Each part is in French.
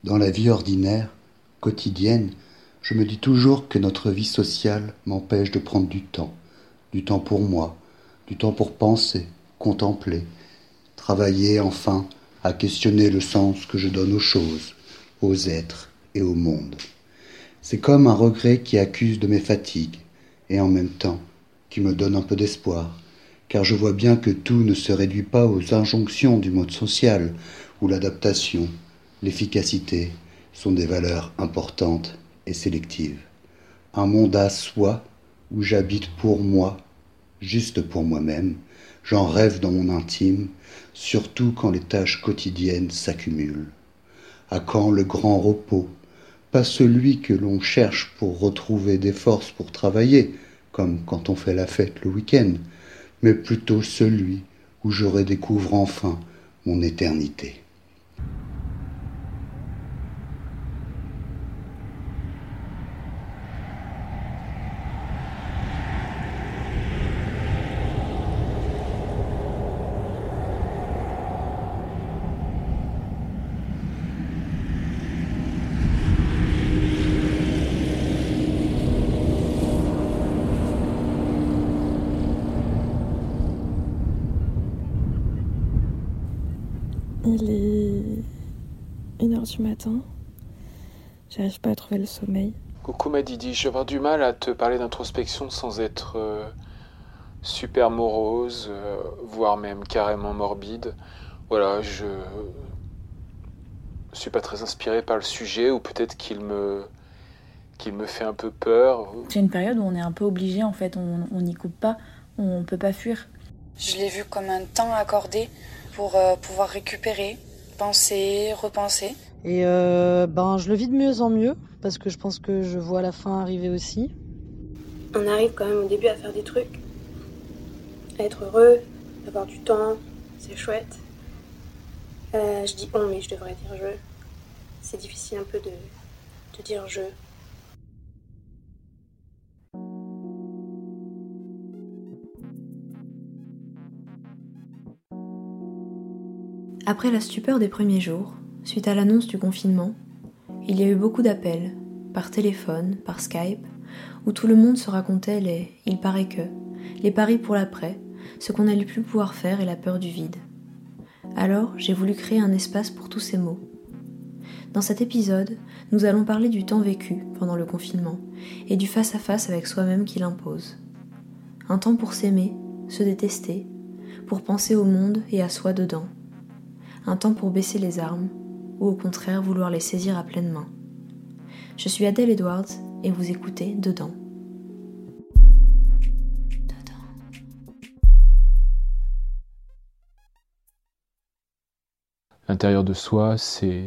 Dans la vie ordinaire, quotidienne, je me dis toujours que notre vie sociale m'empêche de prendre du temps pour moi, du temps pour penser, contempler, travailler enfin à questionner le sens que je donne aux choses, aux êtres et au monde. C'est comme un regret qui accuse de mes fatigues et en même temps qui me donne un peu d'espoir, car je vois bien que tout ne se réduit pas aux injonctions du mode social, où l'adaptation, l'efficacité sont des valeurs importantes et sélectives. Un monde à soi, où j'habite pour moi, juste pour moi-même, j'en rêve dans mon intime, surtout quand les tâches quotidiennes s'accumulent. À quand le grand repos? Pas celui que l'on cherche pour retrouver des forces pour travailler, comme quand on fait la fête le week-end, mais plutôt celui où je redécouvre enfin mon éternité. Il est 1h du matin. J'arrive pas à trouver le sommeil. Coucou ma Didi, je vais avoir du mal à te parler d'introspection sans être super morose, voire même carrément morbide. Voilà, je suis pas très inspiré par le sujet, ou peut-être qu'il me fait un peu peur. C'est une période où on est un peu obligé, en fait, on n'y coupe pas, on peut pas fuir. Je l'ai vu comme un temps accordé pour pouvoir récupérer, penser, repenser. Et je le vis de mieux en mieux, parce que je pense que je vois la fin arriver aussi. On arrive quand même au début à faire des trucs, à être heureux, d'avoir du temps, c'est chouette. Je dis on, mais je devrais dire je. C'est difficile un peu de dire je. Après la stupeur des premiers jours, suite à l'annonce du confinement, il y a eu beaucoup d'appels, par téléphone, par Skype, où tout le monde se racontait les « il paraît que », les paris pour l'après, ce qu'on n'allait plus pouvoir faire et la peur du vide. Alors, j'ai voulu créer un espace pour tous ces mots. Dans cet épisode, nous allons parler du temps vécu pendant le confinement et du face-à-face avec soi-même qu'il impose. Un temps pour s'aimer, se détester, pour penser au monde et à soi dedans. Un temps pour baisser les armes, ou au contraire vouloir les saisir à pleine main. Je suis Adèle Edwards et vous écoutez Dedans. L'intérieur de soi, c'est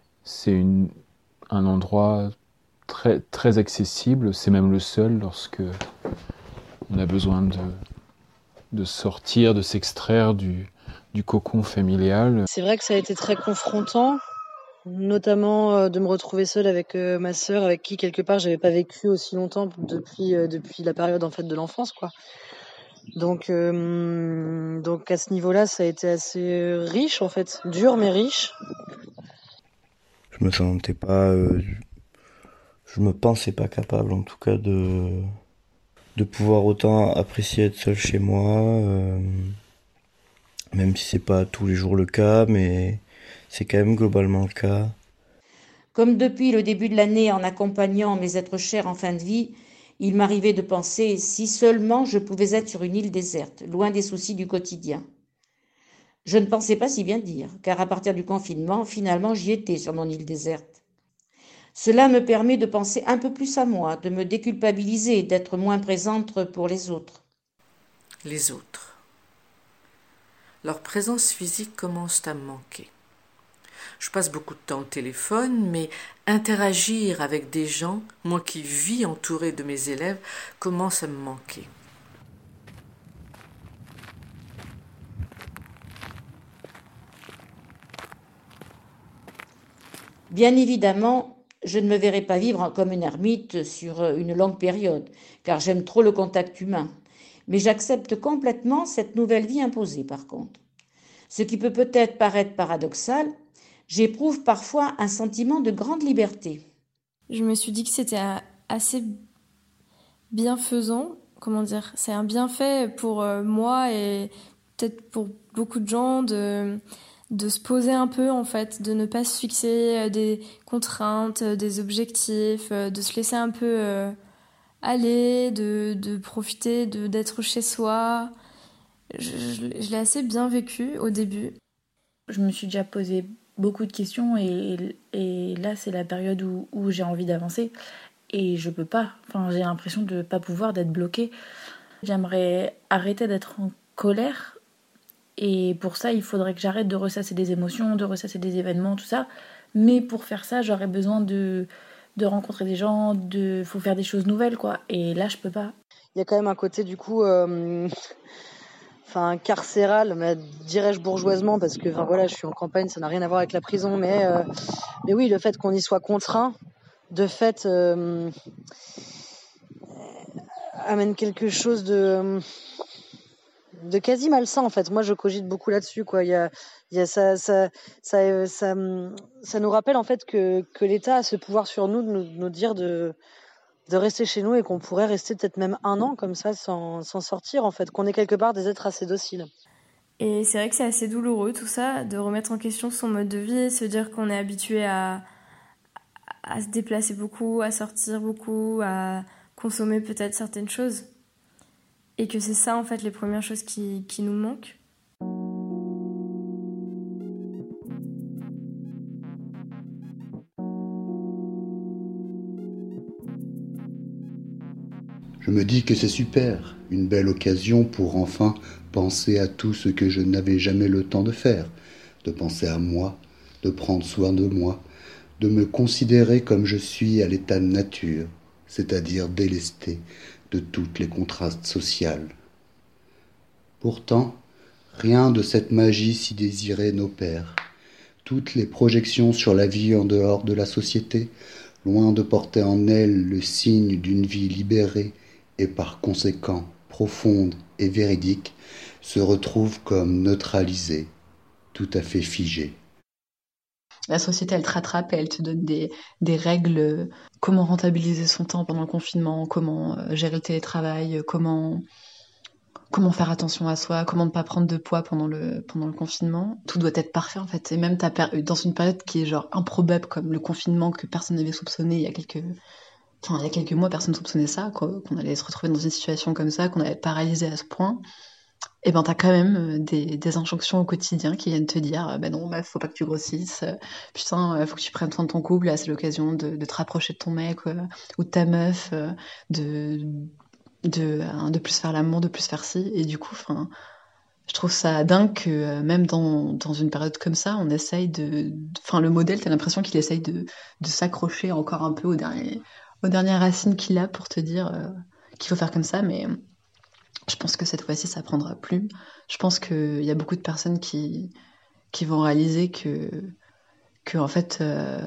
un endroit très, très accessible, c'est même le seul lorsque on a besoin de sortir, de s'extraire du cocon familial. C'est vrai que ça a été très confrontant, notamment de me retrouver seule avec ma sœur, avec qui quelque part j'avais pas vécu aussi longtemps depuis la période en fait de l'enfance, quoi. Donc à ce niveau-là, ça a été assez riche en fait, dur mais riche. Je me sentais pas, je me pensais pas capable en tout cas de pouvoir autant apprécier être seul chez moi, même si c'est pas tous les jours le cas, mais c'est quand même globalement le cas. Comme depuis le début de l'année, en accompagnant mes êtres chers en fin de vie, il m'arrivait de penser si seulement je pouvais être sur une île déserte, loin des soucis du quotidien. Je ne pensais pas si bien dire, car à partir du confinement, finalement, j'y étais sur mon île déserte. Cela me permet de penser un peu plus à moi, de me déculpabiliser, d'être moins présente pour les autres. Les autres. Leur présence physique commence à me manquer. Je passe beaucoup de temps au téléphone, mais interagir avec des gens, moi qui vis entourée de mes élèves, commence à me manquer. Bien évidemment, je ne me verrai pas vivre comme une ermite sur une longue période, car j'aime trop le contact humain. Mais j'accepte complètement cette nouvelle vie imposée, par contre. Ce qui peut peut-être paraître paradoxal, J'éprouve parfois un sentiment de grande liberté. Je me suis dit que c'était assez bienfaisant, comment dire, c'est un bienfait pour moi et peut-être pour beaucoup de gens de se poser un peu en fait, de ne pas se fixer des contraintes, des objectifs, de se laisser un peu aller, de profiter d'être chez soi. Je l'ai assez bien vécu au début. Je me suis déjà posé beaucoup de questions et là c'est la période où j'ai envie d'avancer et je peux pas. Enfin, j'ai l'impression de pas pouvoir, d'être bloquée. J'aimerais arrêter d'être en colère et pour ça il faudrait que j'arrête de ressasser des émotions, de ressasser des événements, tout ça. Mais pour faire ça j'aurais besoin de rencontrer des gens, faut faire des choses nouvelles quoi. Et là je peux pas. Il y a quand même un côté du coup carcéral, mais dirais-je bourgeoisement, parce que voilà, je suis en campagne, ça n'a rien à voir avec la prison, mais oui, le fait qu'on y soit contraint, de fait, amène quelque chose de quasi malsain en fait. Moi, je cogite beaucoup là-dessus, quoi. Il y a ça nous rappelle en fait que l'État a ce pouvoir sur nous de nous dire de rester chez nous et qu'on pourrait rester peut-être même 1 an comme ça sans sortir en fait, qu'on est quelque part des êtres assez dociles. Et c'est vrai que c'est assez douloureux tout ça, de remettre en question son mode de vie et se dire qu'on est habitué à se déplacer beaucoup, à sortir beaucoup, à consommer peut-être certaines choses. Et que c'est ça en fait les premières choses qui nous manquent. Je me dis que c'est super, une belle occasion pour enfin penser à tout ce que je n'avais jamais le temps de faire, de penser à moi, de prendre soin de moi, de me considérer comme je suis à l'état de nature, c'est-à-dire délesté de toutes les contrastes sociales. Pourtant, rien de cette magie si désirée n'opère. Toutes les projections sur la vie en dehors de la société, loin de porter en elles le signe d'une vie libérée, et par conséquent profonde et véridique, se retrouvent comme neutralisées, tout à fait figées. La société, elle te rattrape et elle te donne des règles, comment rentabiliser son temps pendant le confinement, comment gérer le télétravail, comment faire attention à soi, comment ne pas prendre de poids pendant le confinement. Tout doit être parfait en fait. Et même dans une période qui est genre improbable comme le confinement que personne n'avait soupçonné il y a quelques mois, personne ne soupçonnait ça, quoi, qu'on allait se retrouver dans une situation comme ça, qu'on allait être paralysé à ce point. Et ben t'as quand même des injonctions au quotidien qui viennent te dire non, faut pas que tu grossisses, putain, faut que tu prennes soin de ton couple, là c'est l'occasion de te rapprocher de ton mec ou de ta meuf, de plus faire l'amour, de plus faire ci. Et du coup, je trouve ça dingue que même dans une période comme ça, on essaye le modèle, t'as l'impression qu'il essaye de s'accrocher encore un peu aux dernières racines qu'il a pour te dire qu'il faut faire comme ça, mais je pense que cette fois-ci, ça prendra plus. Je pense qu'il y a beaucoup de personnes qui vont réaliser que en fait,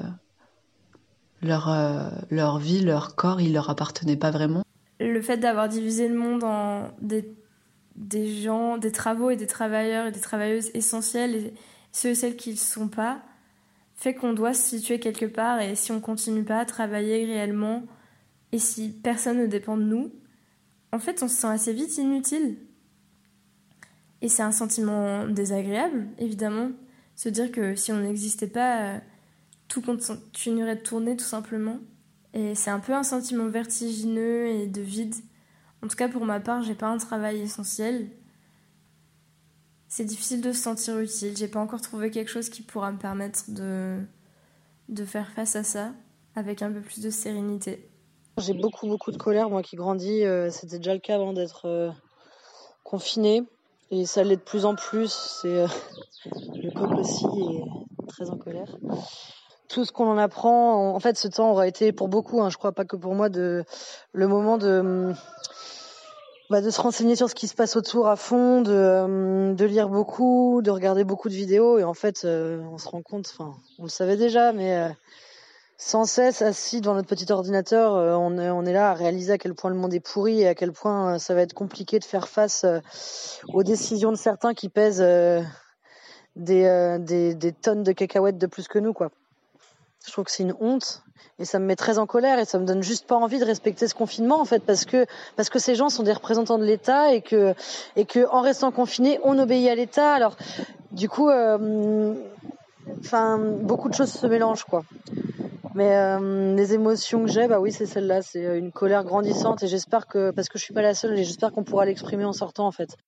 leur vie, leur corps, il leur appartenait pas vraiment. Le fait d'avoir divisé le monde en des gens, des travaux et des travailleurs et des travailleuses essentiels et ceux et celles qui ne le sont pas, fait qu'on doit se situer quelque part et si on continue pas à travailler réellement et si personne ne dépend de nous, en fait on se sent assez vite inutile. Et c'est un sentiment désagréable, évidemment, se dire que si on n'existait pas, tout continuerait de tourner tout simplement. Et c'est un peu un sentiment vertigineux et de vide. En tout cas, pour ma part, j'ai pas un travail essentiel. C'est difficile de se sentir utile. J'ai pas encore trouvé quelque chose qui pourra me permettre de faire face à ça avec un peu plus de sérénité. J'ai beaucoup de colère, moi qui grandis. C'était déjà le cas avant d'être confinée. Et ça l'est de plus en plus. Le couple aussi est très en colère. Tout ce qu'on en apprend, en fait, ce temps aura été pour beaucoup, je crois pas que pour moi, le moment de se renseigner sur ce qui se passe autour à fond, de lire beaucoup, de regarder beaucoup de vidéos. Et en fait, on se rend compte, on le savait déjà, mais sans cesse assis devant notre petit ordinateur, on est là à réaliser à quel point le monde est pourri et à quel point ça va être compliqué de faire face aux décisions de certains qui pèsent des tonnes de cacahuètes de plus que nous, quoi. Je trouve que c'est une honte et ça me met très en colère et ça me donne juste pas envie de respecter ce confinement en fait parce que ces gens sont des représentants de l'État et que en restant confinés on obéit à l'État. Alors du coup beaucoup de choses se mélangent quoi. Mais les émotions que j'ai, bah oui, c'est celle-là, c'est une colère grandissante et j'espère que, parce que je suis pas la seule, et j'espère qu'on pourra l'exprimer en sortant en fait.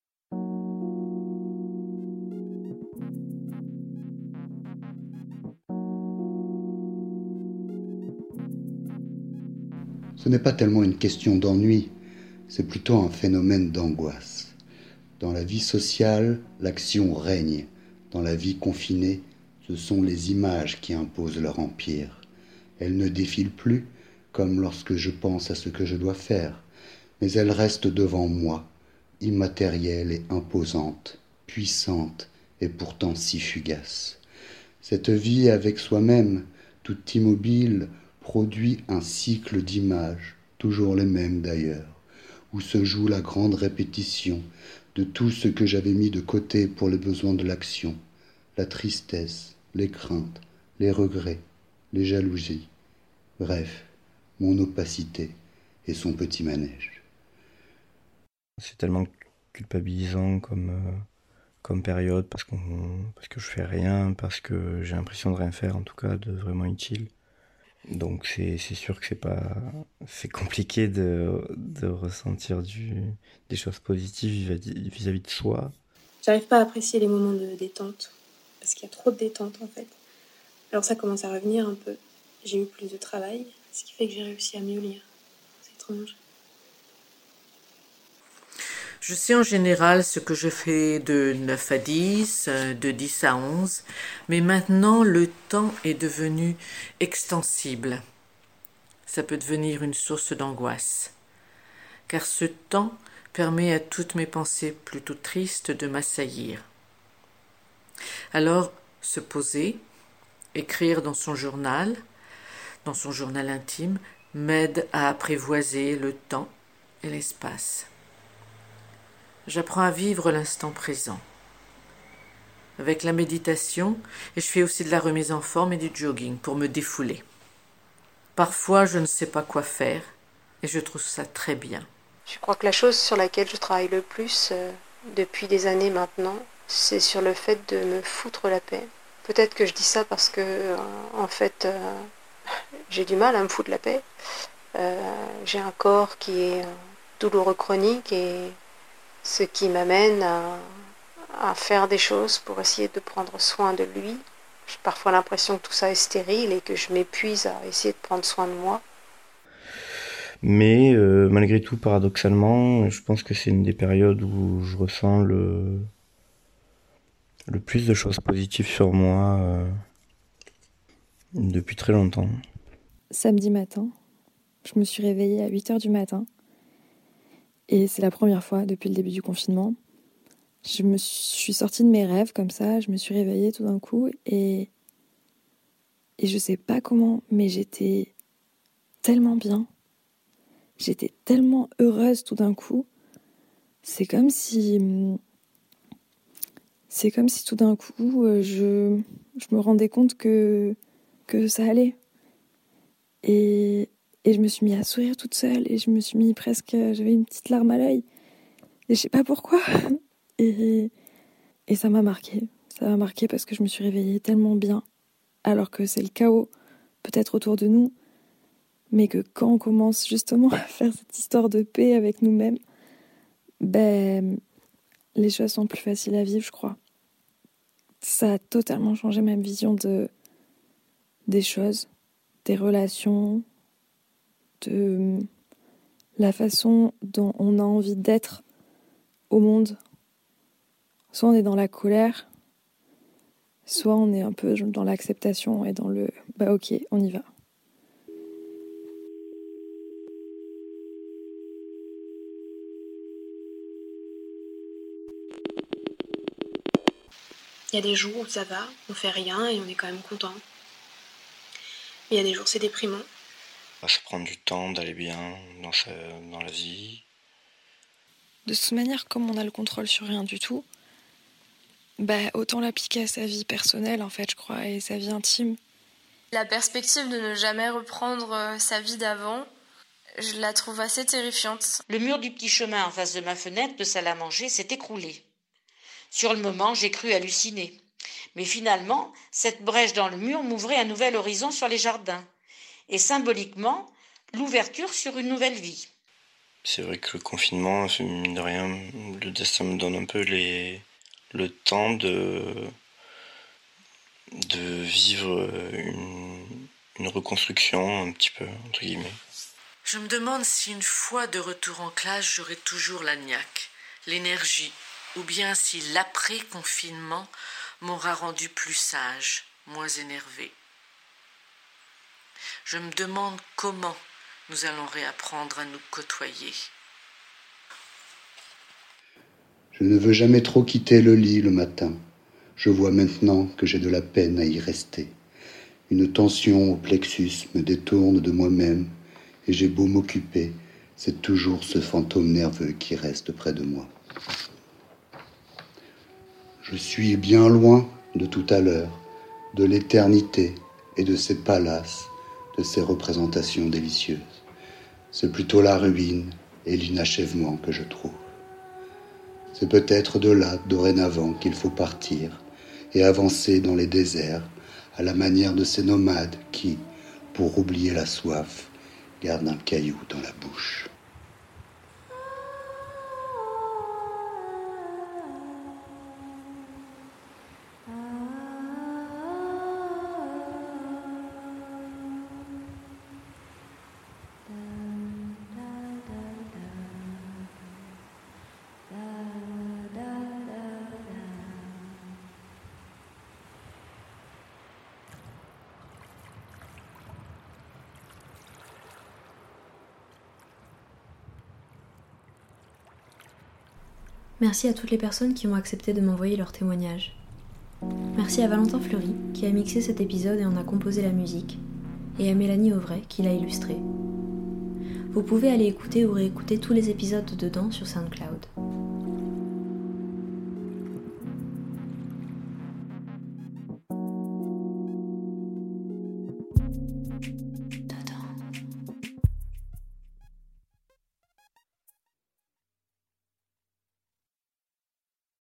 Ce n'est pas tellement une question d'ennui, c'est plutôt un phénomène d'angoisse. Dans la vie sociale, l'action règne. Dans la vie confinée, ce sont les images qui imposent leur empire. Elles ne défilent plus, comme lorsque je pense à ce que je dois faire, mais elles restent devant moi, immatérielles et imposantes, puissantes et pourtant si fugaces. Cette vie avec soi-même, toute immobile, produit un cycle d'images, toujours les mêmes d'ailleurs, où se joue la grande répétition de tout ce que j'avais mis de côté pour les besoins de l'action, la tristesse, les craintes, les regrets, les jalousies, bref, mon opacité et son petit manège. C'est tellement culpabilisant comme période parce que je fais rien, parce que j'ai l'impression de rien faire, en tout cas de vraiment utile. Donc c'est sûr que c'est compliqué de ressentir des choses positives vis-à-vis de soi. J'arrive pas à apprécier les moments de détente parce qu'il y a trop de détente en fait. Alors ça commence à revenir un peu. J'ai eu plus de travail, ce qui fait que j'ai réussi à mieux lire. C'est étrange. Je sais en général ce que je fais de 9 à 10, de 10 à 11, mais maintenant le temps est devenu extensible. Ça peut devenir une source d'angoisse, car ce temps permet à toutes mes pensées plutôt tristes de m'assaillir. Alors, se poser, écrire dans son journal intime, m'aide à apprivoiser le temps et l'espace. J'apprends à vivre l'instant présent. Avec la méditation, et je fais aussi de la remise en forme et du jogging pour me défouler. Parfois, je ne sais pas quoi faire, et je trouve ça très bien. Je crois que la chose sur laquelle je travaille le plus depuis des années maintenant, c'est sur le fait de me foutre la paix. Peut-être que je dis ça parce que, en fait, j'ai du mal à me foutre la paix. J'ai un corps qui est douloureux chronique et ce qui m'amène à faire des choses pour essayer de prendre soin de lui. J'ai parfois l'impression que tout ça est stérile et que je m'épuise à essayer de prendre soin de moi. Mais malgré tout, paradoxalement, je pense que c'est une des périodes où je ressens le plus de choses positives sur moi depuis très longtemps. Samedi matin, je me suis réveillée à 8h du matin. Et c'est la première fois depuis le début du confinement. Je me suis sortie de mes rêves comme ça, je me suis réveillée tout d'un coup et je sais pas comment, mais j'étais tellement bien. J'étais tellement heureuse tout d'un coup. C'est comme si tout d'un coup je me rendais compte que ça allait. Et je me suis mis à sourire toute seule et je me suis mis j'avais une petite larme à l'œil. Et je sais pas pourquoi. Et ça m'a marqué. Ça m'a marqué parce que je me suis réveillée tellement bien. Alors que c'est le chaos, peut-être autour de nous. Mais que quand on commence justement à faire cette histoire de paix avec nous-mêmes, les choses sont plus faciles à vivre, je crois. Ça a totalement changé ma vision des choses, des relations, de la façon dont on a envie d'être au monde. Soit on est dans la colère, soit on est un peu dans l'acceptation et dans le « ok, on y va ». Il y a des jours où ça va, on fait rien et on est quand même content. Mais il y a des jours c'est déprimant. Ça prend du temps d'aller bien dans la vie. De toute manière, comme on a le contrôle sur rien du tout, autant l'appliquer à sa vie personnelle, en fait, je crois, et sa vie intime. La perspective de ne jamais reprendre sa vie d'avant, je la trouve assez terrifiante. Le mur du petit chemin en face de ma fenêtre de salle à manger s'est écroulé. Sur le moment, j'ai cru halluciner. Mais finalement, cette brèche dans le mur m'ouvrait un nouvel horizon sur les jardins. Et symboliquement, l'ouverture sur une nouvelle vie. C'est vrai que le confinement, mine de rien, le destin me donne un peu le temps de vivre une reconstruction, un petit peu, entre guillemets. Je me demande si une fois de retour en classe, j'aurai toujours la niaque, l'énergie, ou bien si l'après-confinement m'aura rendu plus sage, moins énervé. Je me demande comment nous allons réapprendre à nous côtoyer. Je ne veux jamais trop quitter le lit le matin. Je vois maintenant que j'ai de la peine à y rester. Une tension au plexus me détourne de moi-même et j'ai beau m'occuper, c'est toujours ce fantôme nerveux qui reste près de moi. Je suis bien loin de tout à l'heure, de l'éternité et de ces palaces, de ces représentations délicieuses. C'est plutôt la ruine et l'inachèvement que je trouve. C'est peut-être de là, dorénavant, qu'il faut partir et avancer dans les déserts, à la manière de ces nomades qui, pour oublier la soif, gardent un caillou dans la bouche. Merci à toutes les personnes qui ont accepté de m'envoyer leurs témoignages. Merci à Valentin Fleury qui a mixé cet épisode et en a composé la musique, et à Mélanie Auvray qui l'a illustré. Vous pouvez aller écouter ou réécouter tous les épisodes dedans sur SoundCloud.